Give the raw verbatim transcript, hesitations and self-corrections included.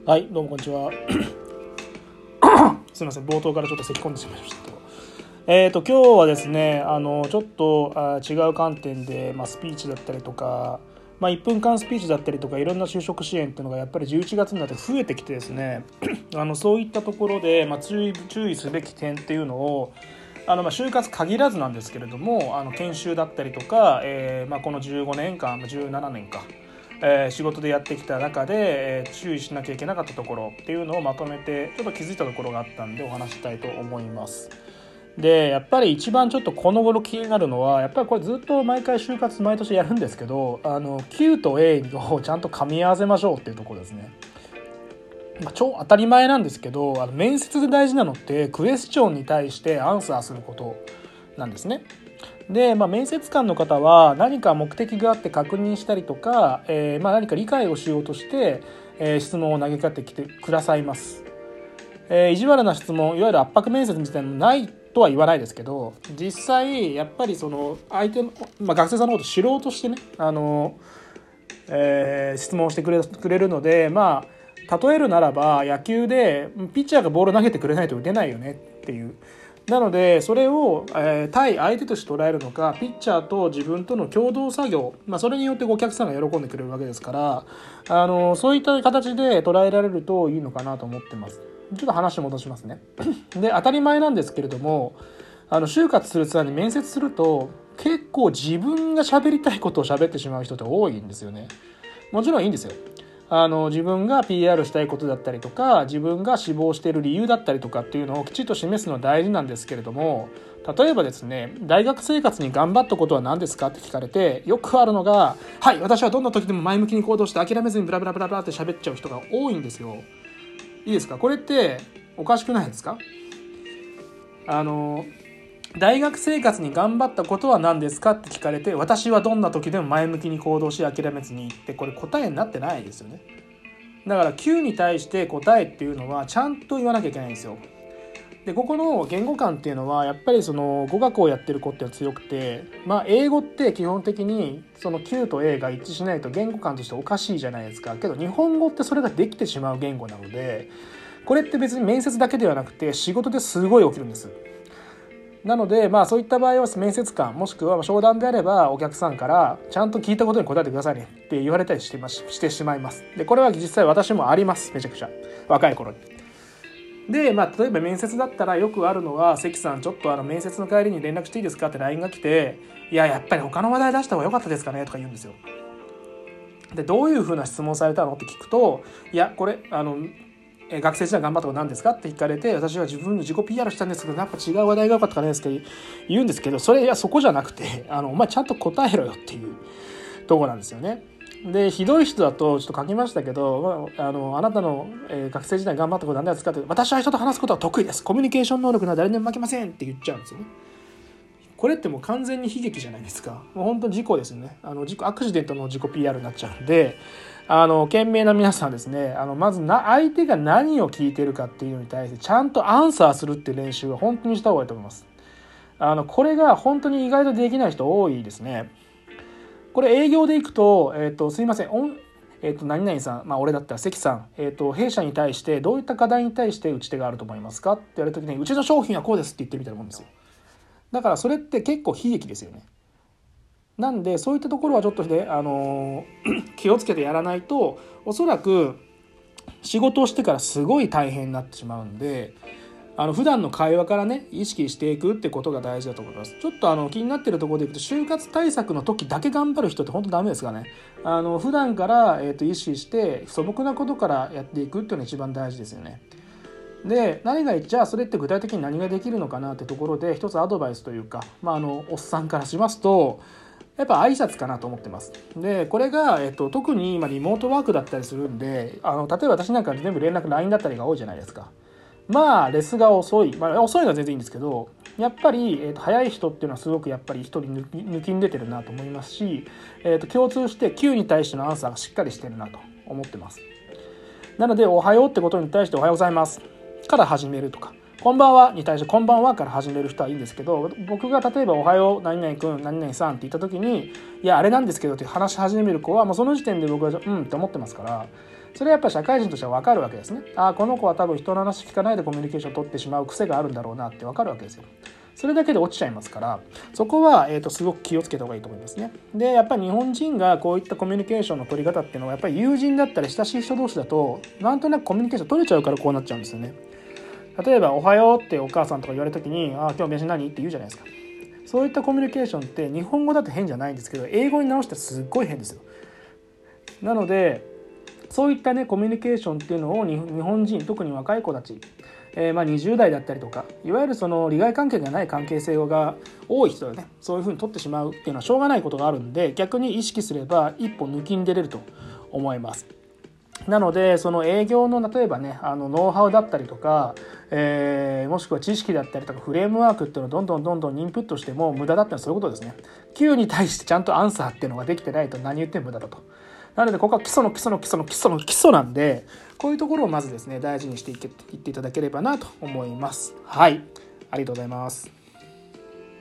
はい、どうもこんにちは。すみません、冒頭からちょっと咳き込んでしまいましたけど、えーと今日はですね、あのちょっとあ違う観点で、まあ、スピーチだったりとか、まあ、いっぷんかんスピーチだったりとかいろんな就職支援っていうのがやっぱりじゅういちがつになって増えてきてですねあのそういったところで、まあ、注意、注意すべき点っていうのをあのまあ就活限らずなんですけれども、あの研修だったりとか、えーまあ、このじゅうごねんかんじゅうななねんか、えー、仕事でやってきた中で、えー、注意しなきゃいけなかったところっていうのをまとめてちょっと気づいたところがあったんでお話したいと思います。でやっぱり一番ちょっとこの頃気になるのはやっぱりこれずっと毎回就活毎年やるんですけど、あの Q と A をちゃんと噛み合わせましょうっていうところですね。まあ、超当たり前なんですけど、あの面接で大事なのってクエスチョンに対してアンサーすることなんですね。で、まあ、面接官の方は何か目的があって確認したりとか、えーまあ、何か理解をしようとして、えー、質問を投げかけてきてくださいます。えー、意地悪な質問、いわゆる圧迫面接みたいなのないとは言わないですけど、実際やっぱりその相手の、まあ、学生さんのことを知ろうとしてね、あの、えー、質問してくれ、くれるので、まあ例えるならば野球でピッチャーがボール投げてくれないと打てないよねっていう。なのでそれを、えー、対相手として捉えるのか、ピッチャーと自分との共同作業、まあ、それによってお客さんが喜んでくれるわけですから、あのそういった形で捉えられるといいのかなと思ってます。ちょっと話戻しますね。で当たり前なんですけれども、あの就活するツアーに面接すると結構自分が喋りたいことを喋ってしまう人って多いんですよね。もちろんいいんですよ。あの自分が ピーアール したいことだったりとか、自分が志望している理由だったりとかっていうのをきちっと示すのは大事なんですけれども、例えばですね、大学生活に頑張ったことは何ですかって聞かれて、よくあるのが、はい私はどんな時でも前向きに行動して諦めずにブラブラブラブラって喋っちゃう人が多いんですよ。いいですか、これっておかしくないですか？あの大学生活に頑張ったことは何ですかって聞かれて、私はどんな時でも前向きに行動し諦めずにって、これ答えになってないですよね。だから Q に対して答えっていうのはちゃんと言わなきゃいけないんですよ。でここの言語感っていうのはやっぱりその語学をやってる子って強くて、まあ英語って基本的にその Q と A が一致しないと言語感としておかしいじゃないですか。けど日本語ってそれができてしまう言語なので、これって別に面接だけではなくて仕事ですごい起きるんです。なのでまあそういった場合は面接官もしくは商談であればお客さんからちゃんと聞いたことに答えてくださいねって言われたりしてまし、してしまいます。でこれは実際私もあります。めちゃくちゃ若い頃に。でまあ例えば面接だったらよくあるのは、関さんちょっとあの面接の帰りに連絡していいですかって ライン が来て、いややっぱり他の話題出した方が良かったですかねとか言うんですよ。でどういうふうな質問されたのって聞くと、いやこれあの学生時代頑張ったこと何ですかって聞かれて、私は自分の自己 ピーアール したんですけどやっぱ違う話題が良かったからですって言うんですけど、それいやそこじゃなくて、あのお前ちゃんと答えろよっていうところなんですよね。でひどい人だとちょっと書きましたけど、あのあなたの、えー、学生時代頑張ったこと何ですかって、私は人と話すことは得意です、コミュニケーション能力なら誰にも負けませんって言っちゃうんですよね。これってもう完全に悲劇じゃないですか。もう本当に事故ですよね。あの事故アクシデントの自己 ピーアール になっちゃうんで、あの賢明な皆さんですね、あのまずな相手が何を聞いてるかっていうのに対してちゃんとアンサーするっていう練習は本当にした方がいいと思います。あのこれが本当に意外とできない人多いですね。これ営業でいくと、えーと、すいません、えーと、何々さん、まあ俺だったら関さん、えーと、弊社に対してどういった課題に対して打ち手があると思いますかって言われた時に、うちの商品はこうですって言ってるみたいなもんですよ。だからそれって結構悲劇ですよね。なんでそういったところはちょっとね、あのー、気をつけてやらないと、おそらく仕事をしてからすごい大変になってしまうんで、あの普段の会話からね意識していくってことが大事だと思います。ちょっとあの気になっているところでいくと、就活対策の時だけ頑張る人って本当ダメですからね。あの普段から、えー、と意識して素朴なことからやっていくっていうのが一番大事ですよね。で何がじゃあそれって具体的に何ができるのかなってところで一つアドバイスというか、まあ、あのおっさんからしますと、やっぱ挨拶かなと思ってます。でこれが、えっと、特に今リモートワークだったりするんで、あの例えば私なんか全部連絡 ライン だったりが多いじゃないですか。まあレスが遅い、まあ、遅いのは全然いいんですけど、やっぱり、えー、と早い人っていうのはすごくやっぱり一人抜き、抜きん出てるなと思いますし、えー、と共通して Q に対してのアンサーがしっかりしてるなと思ってます。なのでおはようってことに対しておはようございますから始めるとか、こんばんはに対してこんばんはから始める人はいいんですけど、僕が例えばおはよう何々くん何々さんって言った時に、いやあれなんですけどって話し始める子はもうその時点で僕はうんって思ってますから、 それはやっぱり社会人としては分かるわけですね。ああこの子は多分人の話聞かないでコミュニケーションを取ってしまう癖があるんだろうなって分かるわけですよ。それだけで落ちちゃいますから、そこは、えーと、すごく気をつけた方がいいと思いますね。でやっぱり日本人がこういったコミュニケーションの取り方っていうのはやっぱり友人だったり親しい人同士だとなんとなくコミュニケーション取れちゃうからこうなっちゃうんですよね。例えばおはようってお母さんとか言われた時にあ今日飯何って言うじゃないですか。そういったコミュニケーションって日本語だと変じゃないんですけど英語に直してすっごい変ですよ。なのでそういったねコミュニケーションっていうのを日本人特に若い子たち、えー、まあにじゅう代だったりとかいわゆるその利害関係がない関係性が多い人はねそういうふうに取ってしまうっていうのはしょうがないことがあるんで逆に意識すれば一歩抜きに出れると思います。なのでその営業の例えばねあのノウハウだったりとか、えー、もしくは知識だったりとかフレームワークっていうのをどんどんどんどんインプットしても無駄だったらそういうことですね。Q に対してちゃんとアンサーっていうのができてないと何言っても無駄だと。なのでここは基礎の基礎の基礎の基礎の基礎なんでこういうところをまずですね大事にしていっていただければなと思います。はい、ありがとうございます。